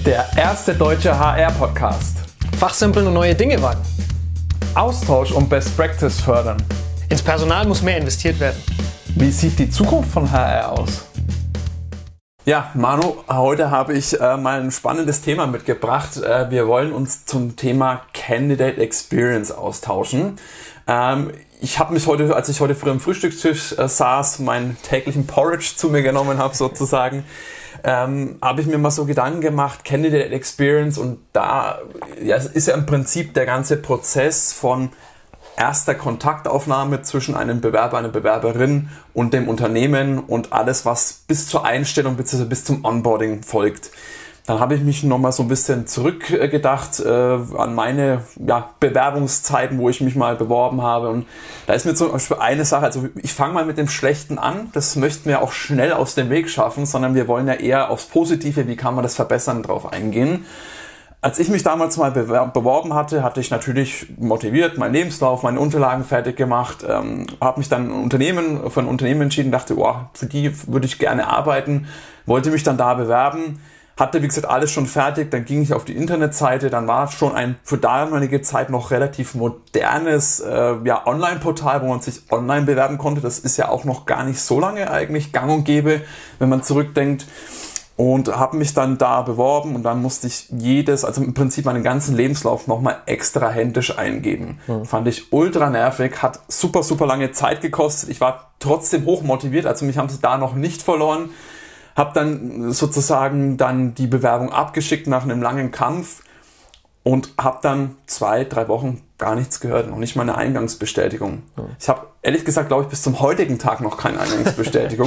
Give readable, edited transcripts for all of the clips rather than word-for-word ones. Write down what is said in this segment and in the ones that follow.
Der erste deutsche HR-Podcast. Fachsimpeln und neue Dinge wagen. Austausch und Best Practice fördern. Ins Personal muss mehr investiert werden. Wie sieht die Zukunft von HR aus? Ja, Manu, heute habe ich mal ein spannendes Thema mitgebracht. Wir wollen uns zum Thema Candidate Experience austauschen. Ich habe mich heute, als ich heute früh am Frühstückstisch saß, meinen täglichen Porridge zu mir genommen habe sozusagen, habe ich mir mal so Gedanken gemacht, Candidate Experience, und da ist ja im Prinzip der ganze Prozess von erster Kontaktaufnahme zwischen einem Bewerber, einer Bewerberin und dem Unternehmen und alles, was bis zur Einstellung bzw. bis zum Onboarding folgt. Dann habe ich mich nochmal so ein bisschen zurückgedacht an meine Bewerbungszeiten, wo ich mich mal beworben habe. Und da ist mir zum Beispiel eine Sache, also ich fange mal mit dem Schlechten an. Das möchten wir auch schnell aus dem Weg schaffen, sondern wir wollen ja eher aufs Positive, wie kann man das verbessern, drauf eingehen. Als ich mich damals mal beworben hatte, hatte ich natürlich motiviert meinen Lebenslauf, meine Unterlagen fertig gemacht, habe mich dann für ein Unternehmen entschieden, dachte, für die würde ich gerne arbeiten, wollte mich dann da bewerben. Hatte, wie gesagt, alles schon fertig, dann ging ich auf die Internetseite, dann war schon ein für damalige Zeit noch relativ modernes Online-Portal, wo man sich online bewerben konnte. Das ist ja auch noch gar nicht so lange eigentlich gang und gäbe, wenn man zurückdenkt. Und habe mich dann da beworben und dann musste ich also im Prinzip meinen ganzen Lebenslauf nochmal extra händisch eingeben. Fand ich ultra nervig, hat super, super lange Zeit gekostet. Ich war trotzdem hoch motiviert, also mich haben sie da noch nicht verloren. Habe dann sozusagen die Bewerbung abgeschickt nach einem langen Kampf und habe dann 2-3 Wochen gar nichts gehört, noch nicht mal eine Eingangsbestätigung. Ich habe ehrlich gesagt, glaube ich, bis zum heutigen Tag noch keine Eingangsbestätigung.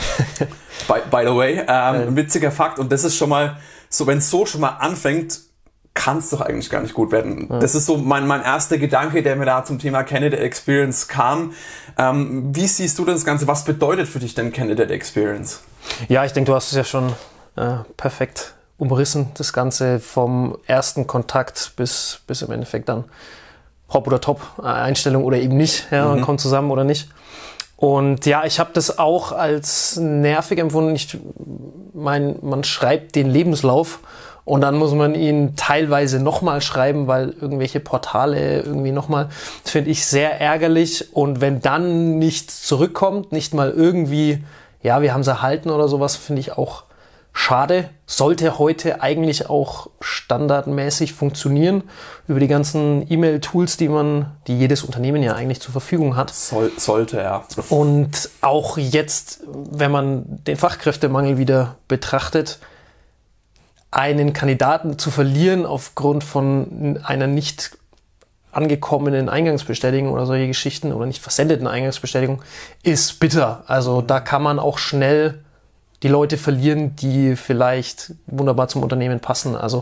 by the way, ein witziger Fakt, und das ist schon mal so, wenn es so schon mal anfängt, kann es doch eigentlich gar nicht gut werden. Das ist so mein erster Gedanke, der mir da zum Thema Candidate Experience kam. Wie siehst du das Ganze? Was bedeutet für dich denn Candidate Experience? Ja, ich denke, du hast es ja schon perfekt umrissen, das Ganze vom ersten Kontakt bis im Endeffekt dann Hop oder Top, Einstellung oder eben nicht, man kommt zusammen oder nicht. Und ja, ich habe das auch als nervig empfunden. Man schreibt den Lebenslauf und dann muss man ihn teilweise nochmal schreiben, weil irgendwelche Portale irgendwie nochmal, das finde ich sehr ärgerlich. Und wenn dann nichts zurückkommt, nicht mal irgendwie, wir haben es erhalten oder sowas, finde ich auch schade. Sollte heute eigentlich auch standardmäßig funktionieren über die ganzen E-Mail-Tools, die jedes Unternehmen ja eigentlich zur Verfügung hat. Sollte, ja. Und auch jetzt, wenn man den Fachkräftemangel wieder betrachtet, einen Kandidaten zu verlieren aufgrund von einer nicht angekommenen Eingangsbestätigung oder solche Geschichten oder nicht versendeten Eingangsbestätigung ist bitter. Also da kann man auch schnell die Leute verlieren, die vielleicht wunderbar zum Unternehmen passen. Also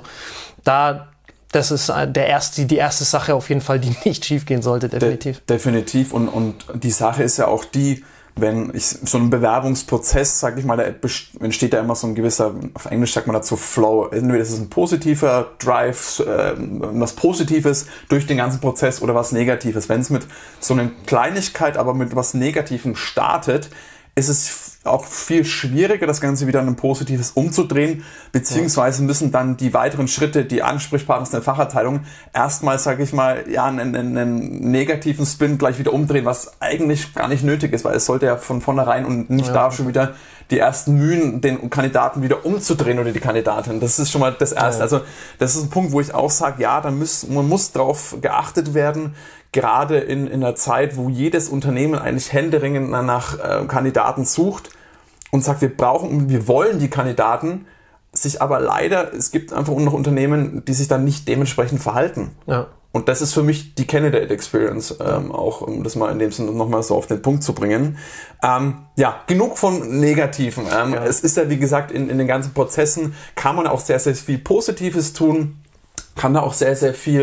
das ist die erste Sache auf jeden Fall, die nicht schief gehen sollte, definitiv. Definitiv. Und die Sache ist ja auch die, so ein Bewerbungsprozess, sag ich mal, da entsteht da immer so ein gewisser, auf Englisch sagt man dazu Flow. Entweder ist es ein positiver Drive, was Positives durch den ganzen Prozess oder was Negatives. Wenn es mit so einer Kleinigkeit, aber mit was Negativem startet, ist es auch viel schwieriger, das Ganze wieder in ein Positives umzudrehen, beziehungsweise müssen dann die weiteren Schritte, die Ansprechpartner der Fachabteilung, erstmal, sage ich mal, einen negativen Spin gleich wieder umdrehen, was eigentlich gar nicht nötig ist, weil es sollte ja von vornherein und nicht da schon wieder die ersten Mühen, den Kandidaten wieder umzudrehen oder die Kandidatin. Das ist schon mal das Erste. Also das ist ein Punkt, wo ich auch sage, man muss darauf geachtet werden, gerade in einer Zeit, wo jedes Unternehmen eigentlich händeringend nach Kandidaten sucht und sagt, wir wollen die Kandidaten, sich aber leider, es gibt einfach noch Unternehmen, die sich dann nicht dementsprechend verhalten. Ja. Und das ist für mich die Candidate Experience, auch um das mal in dem Sinne nochmal so auf den Punkt zu bringen. Genug von Negativen. Es ist ja, wie gesagt, in den ganzen Prozessen kann man auch sehr, sehr viel Positives tun, kann da auch sehr, sehr viel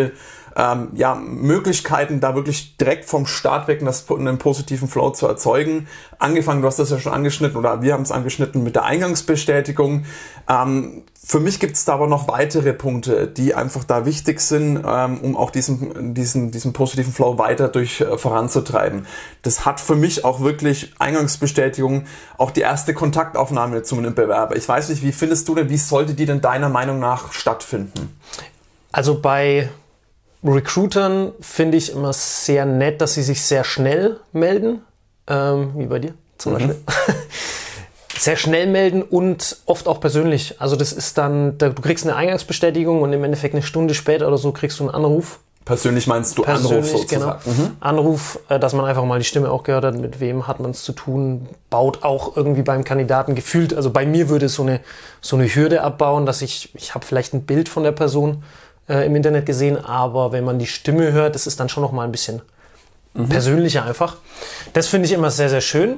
Möglichkeiten, da wirklich direkt vom Start weg einen positiven Flow zu erzeugen. Angefangen, du hast das ja schon angeschnitten oder wir haben es angeschnitten mit der Eingangsbestätigung. Für mich gibt es da aber noch weitere Punkte, die einfach da wichtig sind, um auch diesen positiven Flow weiter voranzutreiben. Das hat für mich auch wirklich Eingangsbestätigung, auch die erste Kontaktaufnahme zu einem Bewerber. Ich weiß nicht, wie findest du denn, wie sollte die denn deiner Meinung nach stattfinden? Also bei Recruitern finde ich immer sehr nett, dass sie sich sehr schnell melden, wie bei dir zum Beispiel. Sehr schnell melden und oft auch persönlich. Also das ist dann, du kriegst eine Eingangsbestätigung und im Endeffekt eine Stunde später oder so kriegst du einen Anruf. Persönlich meinst du Anruf sozusagen? Genau. Anruf, dass man einfach mal die Stimme auch gehört hat, mit wem hat man es zu tun, baut auch irgendwie beim Kandidaten gefühlt. Also bei mir würde es so eine Hürde abbauen, dass ich habe vielleicht ein Bild von der Person im Internet gesehen, aber wenn man die Stimme hört, das ist dann schon noch mal ein bisschen persönlicher einfach. Das finde ich immer sehr, sehr schön.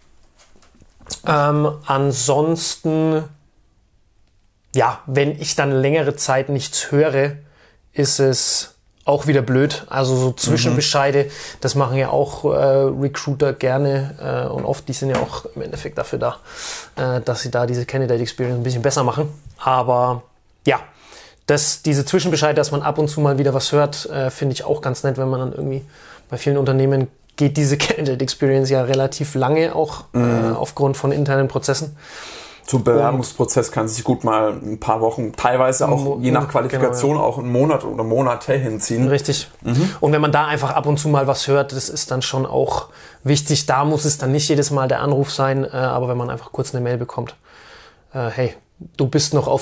Ansonsten, ja, wenn ich dann längere Zeit nichts höre, ist es auch wieder blöd. Also so Zwischenbescheide, das machen ja auch Recruiter gerne und oft, die sind ja auch im Endeffekt dafür da, dass sie da diese Candidate Experience ein bisschen besser machen. Aber ja, diese Zwischenbescheide, dass man ab und zu mal wieder was hört, finde ich auch ganz nett, wenn man dann irgendwie bei vielen Unternehmen geht diese Candidate Experience ja relativ lange auch aufgrund von internen Prozessen. Zum Bewerbungsprozess kann sich gut mal ein paar Wochen, teilweise auch je nach Qualifikation auch einen Monat oder Monate hinziehen. Richtig. Und wenn man da einfach ab und zu mal was hört, das ist dann schon auch wichtig. Da muss es dann nicht jedes Mal der Anruf sein, aber wenn man einfach kurz eine Mail bekommt, hey, du bist noch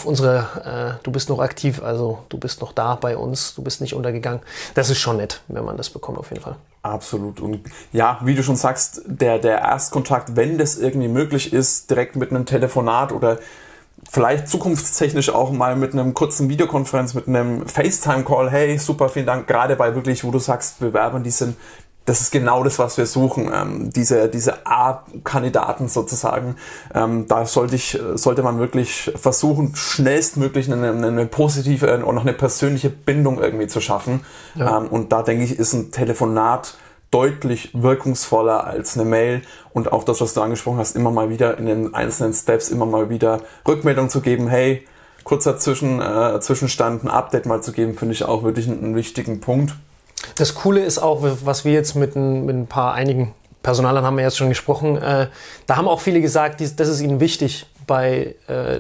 du bist noch aktiv, also du bist noch da bei uns, du bist nicht untergegangen. Das ist schon nett, wenn man das bekommt auf jeden Fall. Absolut. Und ja, wie du schon sagst, der Erstkontakt, wenn das irgendwie möglich ist, direkt mit einem Telefonat oder vielleicht zukunftstechnisch auch mal mit einem kurzen Videokonferenz, mit einem FaceTime-Call, hey, super, vielen Dank, gerade bei wirklich, wo du sagst, Bewerbern, das ist genau das, was wir suchen, diese A-Kandidaten sozusagen. Da sollte man wirklich versuchen, schnellstmöglich eine positive und noch eine persönliche Bindung irgendwie zu schaffen. Ja. Und da denke ich, ist ein Telefonat deutlich wirkungsvoller als eine Mail und auch das, was du angesprochen hast, immer mal wieder in den einzelnen Steps immer mal wieder Rückmeldung zu geben, hey, kurzer Zwischenstand, ein Update mal zu geben, finde ich auch wirklich einen wichtigen Punkt. Das Coole ist auch, was wir jetzt mit einigen Personalern haben wir jetzt schon gesprochen, da haben auch viele gesagt, das ist ihnen wichtig bei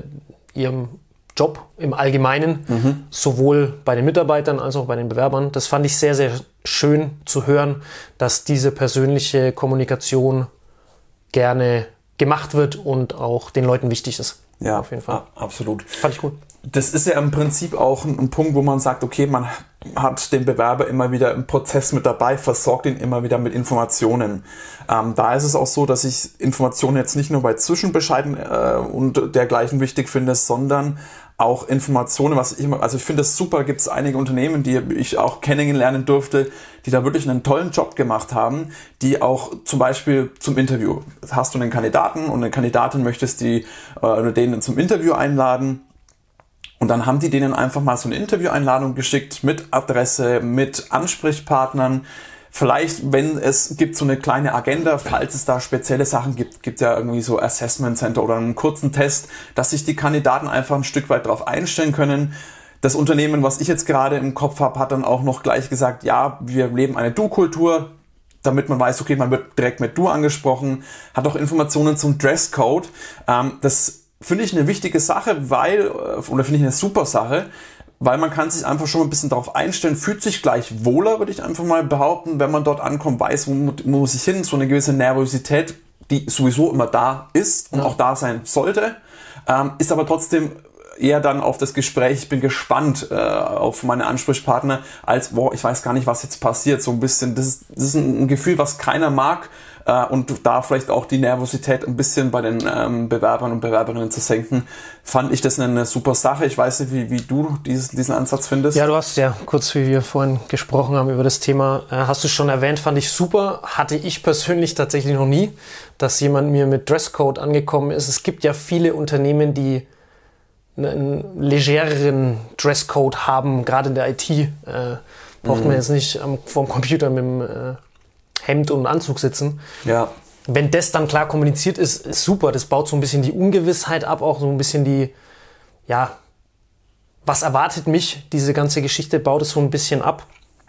ihrem Job im Allgemeinen, sowohl bei den Mitarbeitern als auch bei den Bewerbern. Das fand ich sehr, sehr schön zu hören, dass diese persönliche Kommunikation gerne gemacht wird und auch den Leuten wichtig ist. Ja, auf jeden Fall. Absolut. Fand ich gut. Das ist ja im Prinzip auch ein Punkt, wo man sagt, okay, man hat den Bewerber immer wieder im Prozess mit dabei, versorgt ihn immer wieder mit Informationen. Da ist es auch so, dass ich Informationen jetzt nicht nur bei Zwischenbescheiden und dergleichen wichtig finde, sondern auch Informationen, ich finde es super, gibt es einige Unternehmen, die ich auch kennenlernen durfte, die da wirklich einen tollen Job gemacht haben, die auch zum Beispiel zum Interview, hast du einen Kandidaten und eine Kandidatin möchtest den zum Interview einladen. Und dann haben die denen einfach mal so eine Intervieweinladung geschickt mit Adresse, mit Ansprechpartnern. Vielleicht, wenn es gibt so eine kleine Agenda, falls es da spezielle Sachen gibt ja irgendwie so Assessment Center oder einen kurzen Test, dass sich die Kandidaten einfach ein Stück weit darauf einstellen können. Das Unternehmen, was ich jetzt gerade im Kopf habe, hat dann auch noch gleich gesagt, ja, wir leben eine Du-Kultur, damit man weiß, okay, man wird direkt mit Du angesprochen, hat auch Informationen zum Dresscode. Das finde ich eine wichtige Sache, finde ich eine super Sache, weil man kann sich einfach schon ein bisschen darauf einstellen, fühlt sich gleich wohler, würde ich einfach mal behaupten, wenn man dort ankommt, weiß, wo muss ich hin, so eine gewisse Nervosität, die sowieso immer da ist und auch da sein sollte, ist aber trotzdem eher dann auf das Gespräch, ich bin gespannt auf meine Ansprechpartner, als, ich weiß gar nicht, was jetzt passiert, so ein bisschen, das ist ein Gefühl, was keiner mag, und da vielleicht auch die Nervosität ein bisschen bei den Bewerbern und Bewerberinnen zu senken, fand ich das eine super Sache. Ich weiß nicht, wie du diesen Ansatz findest. Ja, du hast ja kurz, wie wir vorhin gesprochen haben über das Thema, hast du schon erwähnt, fand ich super. Hatte ich persönlich tatsächlich noch nie, dass jemand mir mit Dresscode angekommen ist. Es gibt ja viele Unternehmen, die einen legereren Dresscode haben, gerade in der IT. Braucht man jetzt nicht vorm Computer mit dem Hemd und Anzug sitzen. Ja. Wenn das dann klar kommuniziert ist super. Das baut so ein bisschen die Ungewissheit ab, auch so ein bisschen die, ja, was erwartet mich? Diese ganze Geschichte baut es so ein bisschen ab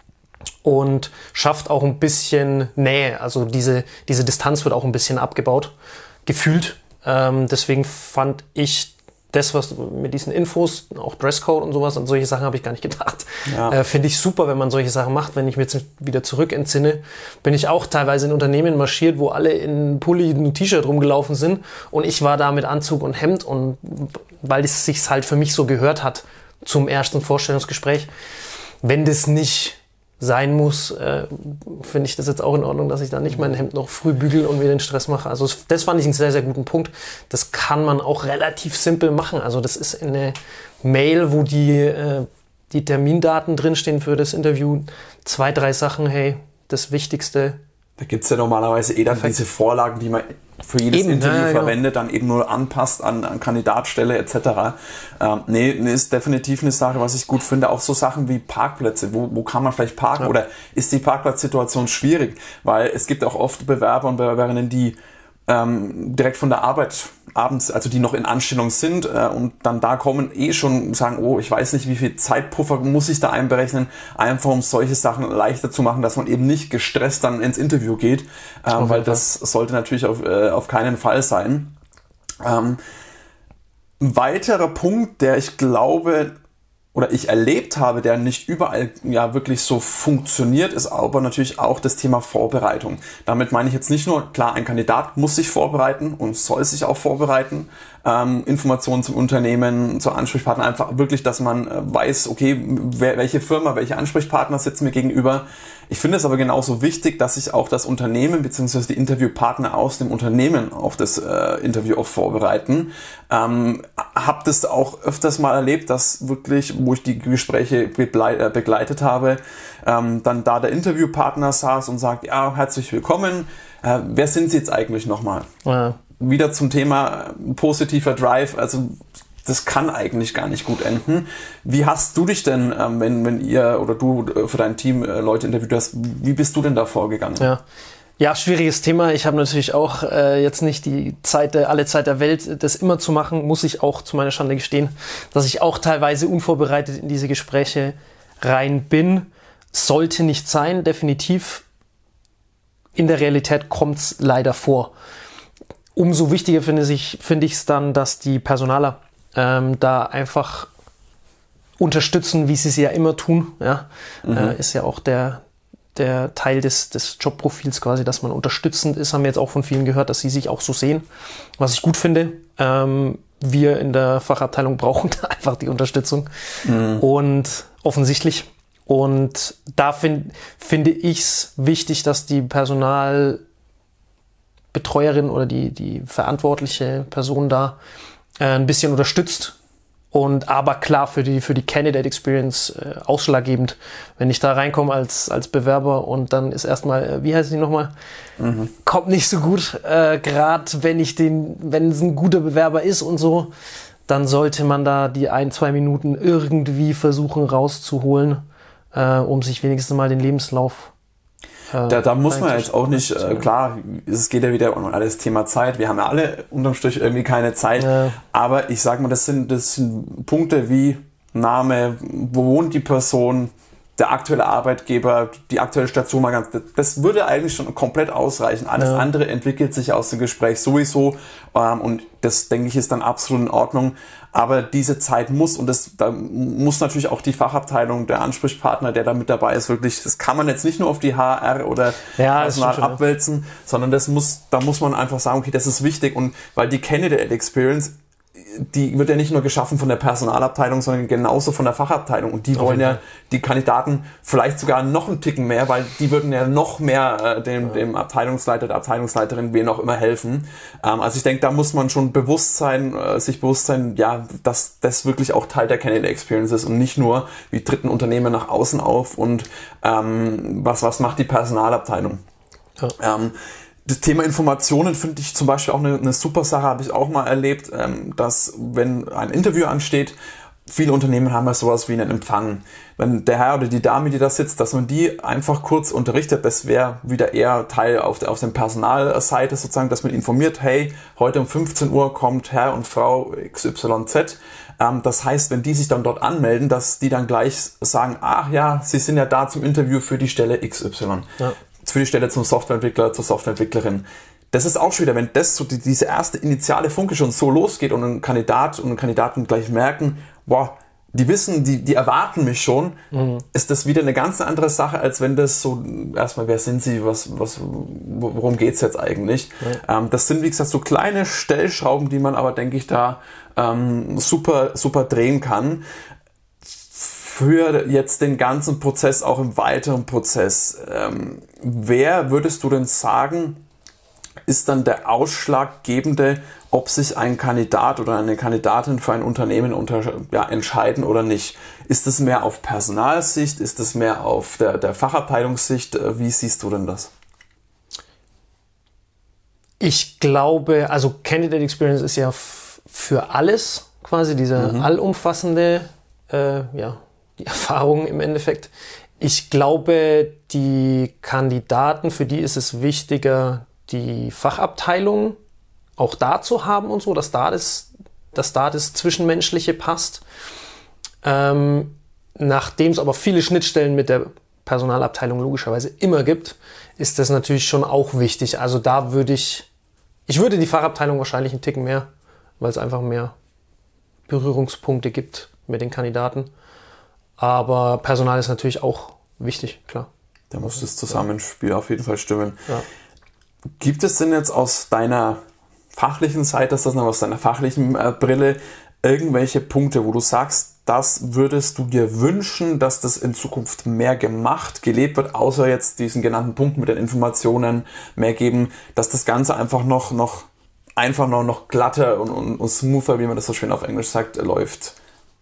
und schafft auch ein bisschen Nähe. Also diese Distanz wird auch ein bisschen abgebaut, gefühlt. Deswegen fand ich das, was mit diesen Infos, auch Dresscode und sowas, an solche Sachen habe ich gar nicht gedacht. Ja. Finde ich super, wenn man solche Sachen macht. Wenn ich mir jetzt wieder zurück entsinne, bin ich auch teilweise in Unternehmen marschiert, wo alle in Pulli und T-Shirt rumgelaufen sind und ich war da mit Anzug und Hemd und weil es sich halt für mich so gehört hat zum ersten Vorstellungsgespräch. Wenn das nicht sein muss, finde ich das jetzt auch in Ordnung, dass ich da nicht mein Hemd noch früh bügel und mir den Stress mache. Also das fand ich einen sehr, sehr guten Punkt. Das kann man auch relativ simpel machen. Also das ist eine Mail, wo die Termindaten drinstehen für das Interview. 2, 3 Sachen, hey, das Wichtigste. Da gibt es ja normalerweise dann diese Vorlagen, die man für jedes Interview verwendet, dann eben nur anpasst an Kandidatstelle etc. Nee, ist definitiv eine Sache, was ich gut finde. Auch so Sachen wie Parkplätze. Wo kann man vielleicht parken? Ja. Oder ist die Parkplatzsituation schwierig? Weil es gibt auch oft Bewerber und Bewerberinnen, die direkt von der Arbeit abends, also die noch in Anstellung sind und dann da kommen schon sagen, oh, ich weiß nicht, wie viel Zeitpuffer muss ich da einberechnen, einfach um solche Sachen leichter zu machen, dass man eben nicht gestresst dann ins Interview geht, weil das sollte natürlich auf keinen Fall sein. Ein weiterer Punkt, der ich glaube, oder ich erlebt habe, der nicht überall ja wirklich so funktioniert, ist aber natürlich auch das Thema Vorbereitung. Damit meine ich jetzt nicht nur, klar, ein Kandidat muss sich vorbereiten und soll sich auch vorbereiten, Informationen zum Unternehmen, zur Ansprechpartner, einfach wirklich, dass man weiß, okay, welche Firma, welche Ansprechpartner sitzen mir gegenüber. Ich finde es aber genauso wichtig, dass sich auch das Unternehmen bzw. die Interviewpartner aus dem Unternehmen auf das Interview auch vorbereiten. Hab das auch öfters mal erlebt, dass wirklich, wo ich die Gespräche begleitet habe, dann da der Interviewpartner saß und sagt, ja, herzlich willkommen, wer sind Sie jetzt eigentlich nochmal? Ja. Wieder zum Thema positiver Drive, also das kann eigentlich gar nicht gut enden. Wie hast du dich denn, wenn ihr oder du für dein Team Leute interviewt hast, wie bist du denn da vorgegangen? Ja, schwieriges Thema. Ich habe natürlich auch jetzt nicht alle Zeit der Welt, das immer zu machen, muss ich auch zu meiner Schande gestehen, dass ich auch teilweise unvorbereitet in diese Gespräche rein bin. Sollte nicht sein, definitiv. In der Realität kommt's leider vor. Umso wichtiger finde ich es dann, dass die Personaler da einfach unterstützen, wie sie es ja immer tun. Ja? Ist ja auch der Teil des Jobprofils quasi, dass man unterstützend ist, haben wir jetzt auch von vielen gehört, dass sie sich auch so sehen, was ich gut finde. Wir in der Fachabteilung brauchen einfach die Unterstützung und offensichtlich. Und da finde ich es wichtig, dass die Personalbetreuerin oder die verantwortliche Person da ein bisschen unterstützt und aber klar für die Candidate Experience ausschlaggebend. Wenn ich da reinkomme als Bewerber und dann ist erstmal, wie heißt die nochmal? Kommt nicht so gut, gerade wenn es ein guter Bewerber ist und so, dann sollte man da die 1-2 Minuten irgendwie versuchen rauszuholen, um sich wenigstens mal den Lebenslauf Da muss man jetzt auch nicht, klar, es geht ja wieder um alles Thema Zeit. Wir haben ja alle unterm Strich irgendwie keine Zeit. Ja. Aber ich sag mal, das sind Punkte wie Name, wo wohnt die Person, der aktuelle Arbeitgeber, die aktuelle Station, das würde eigentlich schon komplett ausreichen. Alles andere entwickelt sich aus dem Gespräch sowieso und das, denke ich, ist dann absolut in Ordnung. Aber diese Zeit muss, und da muss natürlich auch die Fachabteilung, der Ansprechpartner, der da mit dabei ist, wirklich, das kann man jetzt nicht nur auf die HR oder Personal abwälzen, sondern da muss man einfach sagen, okay, das ist wichtig, und weil die Candidate Experience, die wird ja nicht nur geschaffen von der Personalabteilung, sondern genauso von der Fachabteilung. Und die wollen ja die Kandidaten vielleicht sogar noch einen Ticken mehr, weil die würden ja noch mehr dem Abteilungsleiter, der Abteilungsleiterin, wen auch immer helfen. Also ich denke, da muss man schon sich bewusst sein, ja, dass das wirklich auch Teil der Candidate Experience ist und nicht nur, wie tritt ein Unternehmen nach außen auf und was macht die Personalabteilung. Ja. Das Thema Informationen finde ich zum Beispiel auch eine super Sache, habe ich auch mal erlebt, dass wenn ein Interview ansteht viele Unternehmen haben ja sowas wie einen Empfang. Wenn der Herr oder die Dame, die da sitzt, dass man die einfach kurz unterrichtet, das wäre wieder eher Teil auf der Personalseite sozusagen, dass man informiert, hey, heute um 15 Uhr kommt Herr und Frau XYZ. Das heißt, wenn die sich dann dort anmelden, dass die dann gleich sagen, ach ja, sie sind ja da zum Interview für die Stelle XY. Ja. Für die Stelle zum Softwareentwickler, zur Softwareentwicklerin. Das ist auch schon wieder, wenn das so diese erste initiale Funke schon so losgeht und ein Kandidat und eine Kandidatin gleich merken, wow, die wissen, die erwarten mich schon, ist das wieder eine ganz andere Sache, als wenn das so, erstmal, wer sind sie, worum geht's jetzt eigentlich? Ja. Das sind, wie gesagt, so kleine Stellschrauben, die man aber, denke ich, da super drehen kann. Für jetzt den ganzen Prozess, auch im weiteren Prozess, wer würdest du denn sagen, ist dann der ausschlaggebende, ob sich ein Kandidat oder eine Kandidatin für ein Unternehmen entscheiden oder nicht? Ist es mehr auf Personalsicht? Ist es mehr auf der Fachabteilungssicht? Wie siehst du denn das? Ich glaube, also Candidate Experience ist ja für alles quasi diese allumfassende, die Erfahrung im Endeffekt. Ich glaube, die Kandidaten, für die ist es wichtiger, die Fachabteilung auch da zu haben und so, dass da das Zwischenmenschliche passt. Nachdem es aber viele Schnittstellen mit der Personalabteilung logischerweise immer gibt, ist das natürlich schon auch wichtig. Also da würde ich würde die Fachabteilung wahrscheinlich einen Ticken mehr, weil es einfach mehr Berührungspunkte gibt mit den Kandidaten. Aber Personal ist natürlich auch wichtig, klar. Da muss das Zusammenspiel auf jeden Fall stimmen. Ja. Gibt es denn jetzt aus deiner fachlichen Seite, aus deiner fachlichen Brille, irgendwelche Punkte, wo du sagst, das würdest du dir wünschen, dass das in Zukunft mehr gelebt wird, außer jetzt diesen genannten Punkt mit den Informationen mehr geben, dass das Ganze einfach noch glatter und smoother, wie man das so schön auf Englisch sagt, läuft?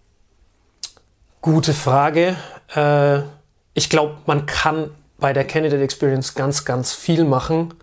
Gute Frage. Ich glaube, man kann bei der Candidate Experience ganz, ganz viel machen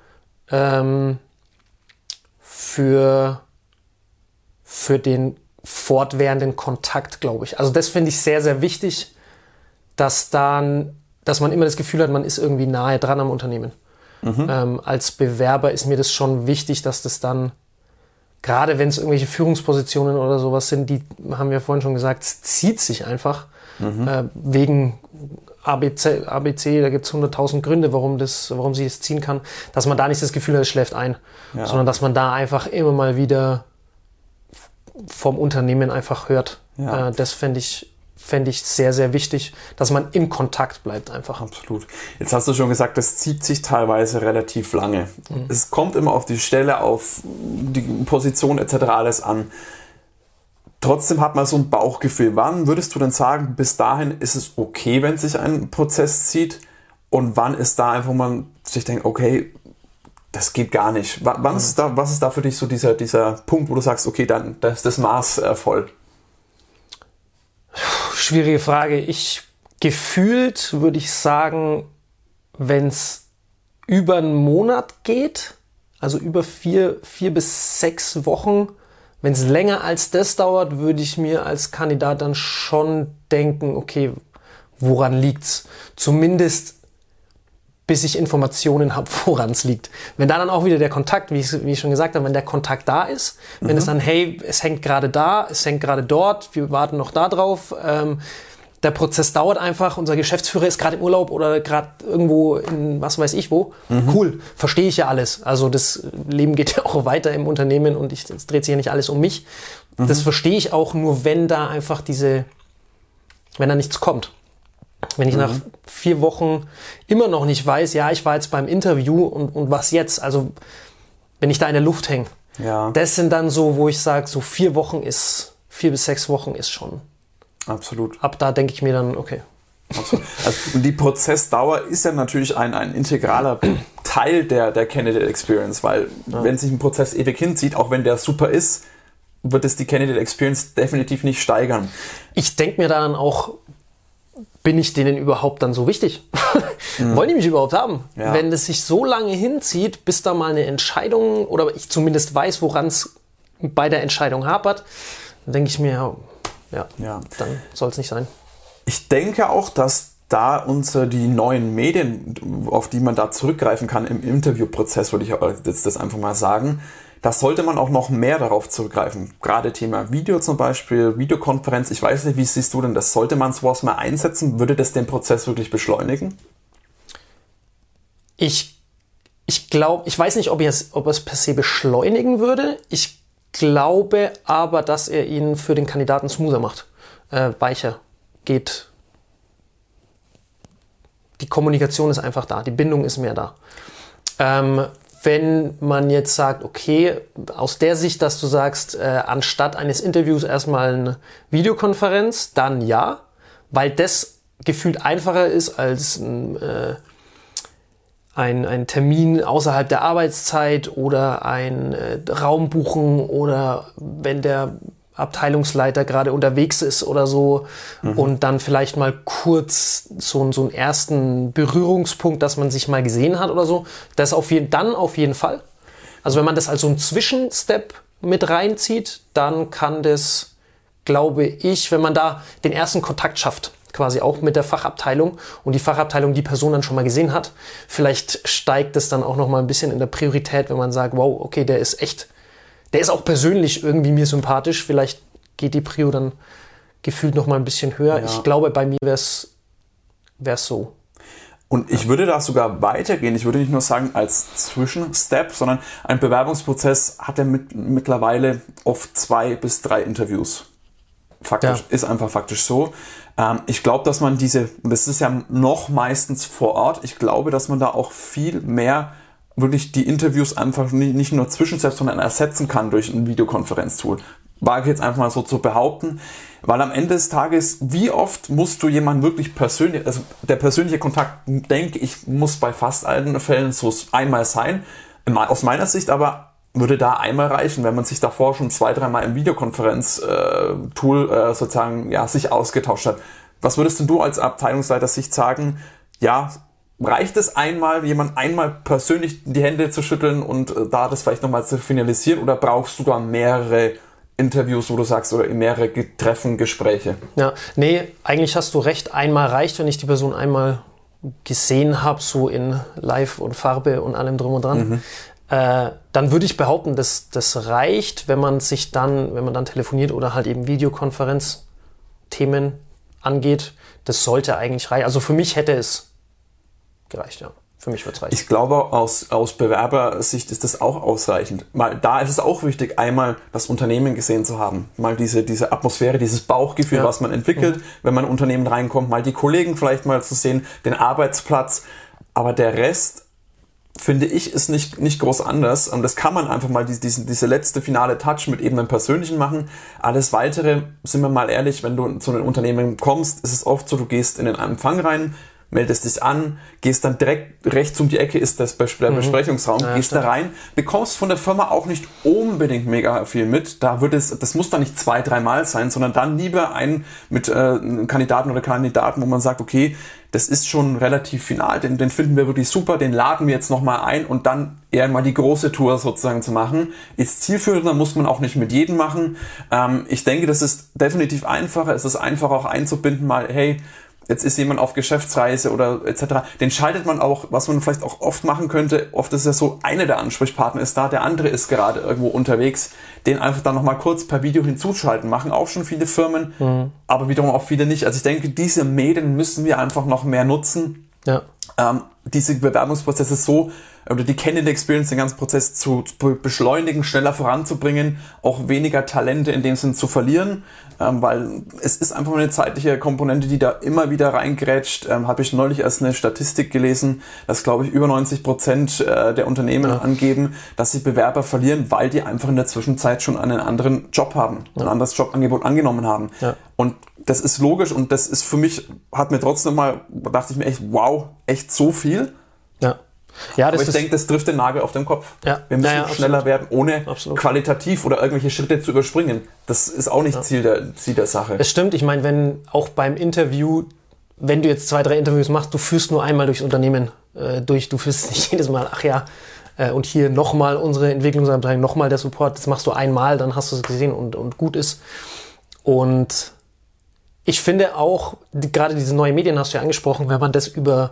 für den fortwährenden Kontakt, glaube ich. Also das finde ich sehr, sehr wichtig, dass man immer das Gefühl hat, man ist irgendwie nahe dran am Unternehmen. Als Bewerber ist mir das schon wichtig, dass das dann, gerade wenn es irgendwelche Führungspositionen oder sowas sind, die haben wir vorhin schon gesagt, es zieht sich einfach wegen ABC, da gibt es 100.000 Gründe, warum sie es ziehen kann, dass man da nicht das Gefühl hat, es schläft ein, sondern dass man da einfach immer mal wieder vom Unternehmen einfach hört. Ja. Das fände ich sehr, sehr wichtig, dass man im Kontakt bleibt einfach. Absolut. Jetzt hast du schon gesagt, das zieht sich teilweise relativ lange. Es kommt immer auf die Stelle, auf die Position etc. alles an. Trotzdem hat man so ein Bauchgefühl. Wann würdest du denn sagen, bis dahin ist es okay, wenn sich ein Prozess zieht? Und wann ist da einfach, wo man sich denkt, okay, das geht gar nicht. Was ist da für dich so dieser Punkt, wo du sagst, okay, dann ist das Maß voll? Schwierige Frage. Gefühlt würde ich sagen, wenn es über einen Monat geht, also über 4 bis 6 Wochen, wenn es länger als das dauert, würde ich mir als Kandidat dann schon denken, okay, woran liegt's? Zumindest bis ich Informationen habe, woran es liegt. Wenn da dann auch wieder der Kontakt, wie ich schon gesagt habe, wenn der Kontakt da ist, wenn es dann, hey, es hängt gerade da, es hängt gerade dort, wir warten noch da drauf, der Prozess dauert einfach, unser Geschäftsführer ist gerade im Urlaub oder gerade irgendwo in was weiß ich wo. Cool, verstehe ich ja alles. Also das Leben geht ja auch weiter im Unternehmen und es dreht sich ja nicht alles um mich. Das verstehe ich auch nur, wenn da einfach wenn da nichts kommt. Wenn ich nach 4 Wochen immer noch nicht weiß, ja, ich war jetzt beim Interview und was jetzt? Also wenn ich da in der Luft hänge. Ja. Das sind dann so, wo ich sage, so 4 bis 6 Wochen ist schon. Absolut. Ab da denke ich mir dann, okay. Absolut. Also die Prozessdauer ist ja natürlich ein integraler Teil der Candidate Experience, weil wenn sich ein Prozess ewig hinzieht, auch wenn der super ist, wird es die Candidate Experience definitiv nicht steigern. Ich denke mir dann auch, bin ich denen überhaupt dann so wichtig? Wollen die mich überhaupt haben? Ja. Wenn es sich so lange hinzieht, bis da mal eine Entscheidung oder ich zumindest weiß, woran es bei der Entscheidung hapert, dann denke ich mir, dann soll es nicht sein. Ich denke auch, dass da die neuen Medien, auf die man da zurückgreifen kann im Interviewprozess, würde ich jetzt das einfach mal sagen, da sollte man auch noch mehr darauf zurückgreifen. Gerade Thema Video zum Beispiel, Videokonferenz. Ich weiß nicht, wie siehst du denn das? Sollte man sowas mal einsetzen? Würde das den Prozess wirklich beschleunigen? Ich glaube, ich weiß nicht, ob es per se beschleunigen würde. Ich glaube aber, dass er ihn für den Kandidaten smoother macht. Weicher geht. Die Kommunikation ist einfach da, die Bindung ist mehr da. Wenn man jetzt sagt, okay, aus der Sicht, dass du sagst, anstatt eines Interviews erstmal eine Videokonferenz, dann ja, weil das gefühlt einfacher ist als ein Termin außerhalb der Arbeitszeit oder ein Raum buchen oder wenn der Abteilungsleiter gerade unterwegs ist oder so und dann vielleicht mal kurz so einen ersten Berührungspunkt, dass man sich mal gesehen hat oder so. Das auf jeden Fall. Also wenn man das als so einen Zwischenstep mit reinzieht, dann kann das, glaube ich, wenn man da den ersten Kontakt schafft, quasi auch mit der Fachabteilung und die Fachabteilung die Person dann schon mal gesehen hat, vielleicht steigt es dann auch noch mal ein bisschen in der Priorität, wenn man sagt, wow, okay, der ist auch persönlich irgendwie mir sympathisch. Vielleicht geht die Prio dann gefühlt noch mal ein bisschen höher. Ja. Ich glaube, bei mir wär's so. Und ich würde da sogar weitergehen. Ich würde nicht nur sagen als Zwischenstep, sondern ein Bewerbungsprozess hat ja mittlerweile oft 2 bis 3 Interviews. Ist einfach faktisch so. Ich glaube, dass man und das ist ja noch meistens vor Ort, ich glaube, dass man da auch viel mehr wirklich die Interviews einfach nicht nur zwischensetzen, sondern ersetzen kann durch ein Videokonferenztool. Wage ich jetzt einfach mal so zu behaupten, weil am Ende des Tages, wie oft musst du jemanden wirklich persönlich, also der persönliche Kontakt, denke ich, muss bei fast allen Fällen so einmal sein, aus meiner Sicht aber würde da einmal reichen, wenn man sich davor schon 2-3 Mal im Videokonferenz-Tool sozusagen sich ausgetauscht hat. Was würdest denn du als Abteilungsleiter sich sagen, reicht es jemand einmal persönlich die Hände zu schütteln und da das vielleicht nochmal zu finalisieren oder brauchst du da mehrere Interviews, wo du sagst, oder mehrere Treffen, Gespräche? Ja, nee, eigentlich hast du recht. Einmal reicht, wenn ich die Person einmal gesehen habe, so in Live und Farbe und allem drum und dran. Dann würde ich behaupten, dass das reicht, wenn man dann telefoniert oder halt eben Videokonferenz-Themen angeht. Das sollte eigentlich reichen. Also für mich hätte es gereicht, ja. Für mich wird es reichen. Ich glaube, aus Bewerbersicht ist das auch ausreichend. Da ist es auch wichtig, einmal das Unternehmen gesehen zu haben. Mal diese Atmosphäre, dieses Bauchgefühl, was man entwickelt, wenn man in ein Unternehmen reinkommt. Mal die Kollegen vielleicht mal zu sehen, den Arbeitsplatz. Aber der Rest, finde ich, ist nicht groß anders. Und das kann man einfach mal diese letzte finale Touch mit eben einem persönlichen machen. Alles Weitere, sind wir mal ehrlich, wenn du zu einem Unternehmen kommst, ist es oft so, du gehst in den Empfang rein, meldest dich an, gehst dann direkt rechts um die Ecke, ist der Besprechungsraum, gehst da rein, bekommst von der Firma auch nicht unbedingt mega viel mit. Das muss dann nicht 2-3 Mal sein, sondern dann lieber mit einem Kandidaten oder Kandidaten, wo man sagt, okay, das ist schon relativ final, den finden wir wirklich super, den laden wir jetzt nochmal ein und dann eher mal die große Tour sozusagen zu machen. Ist zielführender, muss man auch nicht mit jedem machen. Ich denke, das ist definitiv einfacher, es ist einfacher auch einzubinden, mal, hey, jetzt ist jemand auf Geschäftsreise oder etc. Den schaltet man auch, was man vielleicht auch oft machen könnte. Oft ist es ja so, einer der Ansprechpartner ist da, der andere ist gerade irgendwo unterwegs. Den einfach dann nochmal kurz per Video hinzuschalten. Machen auch schon viele Firmen, aber wiederum auch viele nicht. Also ich denke, diese Medien müssen wir einfach noch mehr nutzen. Ja. Diese Bewerbungsprozesse oder die Candidate Experience, den ganzen Prozess zu beschleunigen, schneller voranzubringen, auch weniger Talente in dem Sinn zu verlieren, weil es ist einfach eine zeitliche Komponente, die da immer wieder reingrätscht. Habe ich neulich erst eine Statistik gelesen, dass, glaube ich, über 90% der Unternehmen angeben, dass sie Bewerber verlieren, weil die einfach in der Zwischenzeit schon einen anderen Job haben, ein anderes Jobangebot angenommen haben. Ja. Und das ist logisch und das ist für mich, dachte ich mir echt, wow, echt so viel. Ja. Ja, aber ich denke, das trifft den Nagel auf den Kopf. Ja. Wir müssen schneller werden, ohne qualitativ oder irgendwelche Schritte zu überspringen. Das ist auch nicht Ziel der Sache. Es stimmt, ich meine, wenn auch beim Interview, wenn du jetzt 2-3 Interviews machst, du führst nur einmal durchs Unternehmen durch, du führst nicht jedes Mal, und hier nochmal unsere Entwicklungsabteilung, nochmal der Support, das machst du einmal, dann hast du es gesehen und gut ist. Und Ich finde auch, gerade diese neuen Medien hast du ja angesprochen, wenn man das über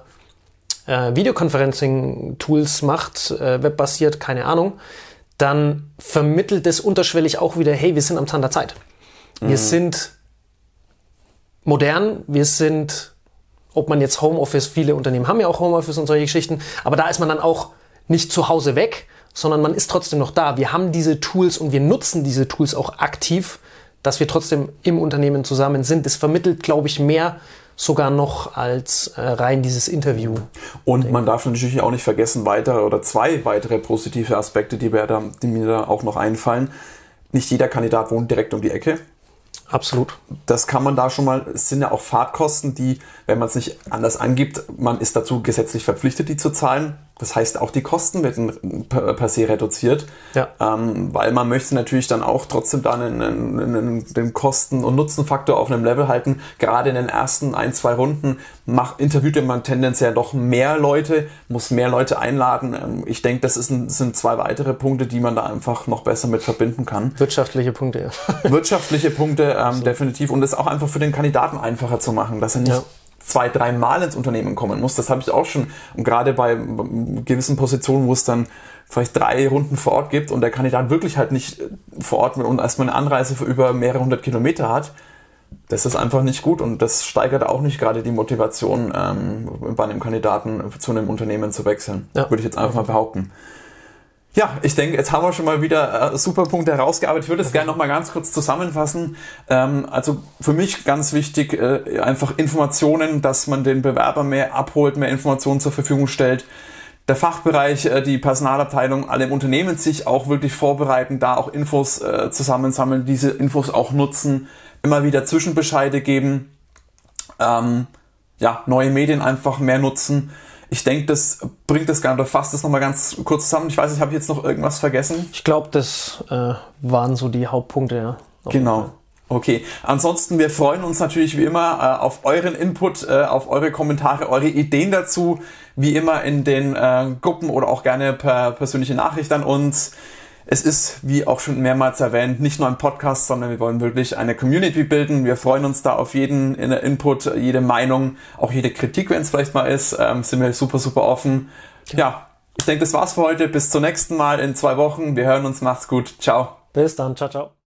Videoconferencing-Tools macht, webbasiert, keine Ahnung, dann vermittelt es unterschwellig auch wieder, hey, wir sind am Zahn der Zeit. Wir sind modern, wir sind, ob man jetzt Homeoffice, viele Unternehmen haben ja auch Homeoffice und solche Geschichten, aber da ist man dann auch nicht zu Hause weg, sondern man ist trotzdem noch da. Wir haben diese Tools und wir nutzen diese Tools auch aktiv, dass wir trotzdem im Unternehmen zusammen sind. Es vermittelt, glaube ich, mehr sogar noch als rein dieses Interview. Und man darf natürlich auch nicht vergessen, zwei weitere positive Aspekte, die mir da auch noch einfallen. Nicht jeder Kandidat wohnt direkt um die Ecke. Absolut. Das kann man da schon mal, es sind ja auch Fahrtkosten, die, wenn man es nicht anders angibt, man ist dazu gesetzlich verpflichtet, die zu zahlen. Das heißt, auch die Kosten werden per se reduziert, ja. Weil man möchte natürlich dann auch trotzdem da den Kosten- und Nutzenfaktor auf einem Level halten. Gerade in den ersten 1-2 Runden interviewt man tendenziell doch mehr Leute, muss mehr Leute einladen. Ich denke, das sind 2 weitere Punkte, die man da einfach noch besser mit verbinden kann. Wirtschaftliche Punkte, ja. Wirtschaftliche Punkte, definitiv. Und es auch einfach für den Kandidaten einfacher zu machen, dass er nicht 2-3 Mal ins Unternehmen kommen muss. Das habe ich auch schon, und gerade bei gewissen Positionen, wo es dann vielleicht 3 Runden vor Ort gibt und der Kandidat wirklich halt nicht vor Ort und erstmal eine Anreise für über mehrere 100 Kilometer hat, das ist einfach nicht gut und das steigert auch nicht gerade die Motivation, bei einem Kandidaten zu einem Unternehmen zu wechseln. Ja. Würde ich jetzt einfach mal behaupten. Ja, ich denke, jetzt haben wir schon mal wieder super Punkte herausgearbeitet. Ich würde es gerne noch mal ganz kurz zusammenfassen. Also für mich ganz wichtig, einfach Informationen, dass man den Bewerber mehr abholt, mehr Informationen zur Verfügung stellt. Der Fachbereich, die Personalabteilung, alle im Unternehmen sich auch wirklich vorbereiten, da auch Infos zusammensammeln, diese Infos auch nutzen, immer wieder Zwischenbescheide geben, neue Medien einfach mehr nutzen. Ich denke, das bringt das Ganze, fasst das nochmal ganz kurz zusammen. Ich weiß nicht, habe ich jetzt noch irgendwas vergessen? Ich glaube, das waren so die Hauptpunkte, ja. Genau. Okay. Ansonsten, wir freuen uns natürlich wie immer auf euren Input, auf eure Kommentare, eure Ideen dazu. Wie immer in den Gruppen oder auch gerne per persönliche Nachricht an uns. Es ist, wie auch schon mehrmals erwähnt, nicht nur ein Podcast, sondern wir wollen wirklich eine Community bilden. Wir freuen uns da auf jeden Input, jede Meinung, auch jede Kritik, wenn es vielleicht mal ist. Sind wir super, super offen. Ja, ich denke, das war's für heute. Bis zum nächsten Mal in 2 Wochen. Wir hören uns. Macht's gut. Ciao. Bis dann. Ciao, ciao.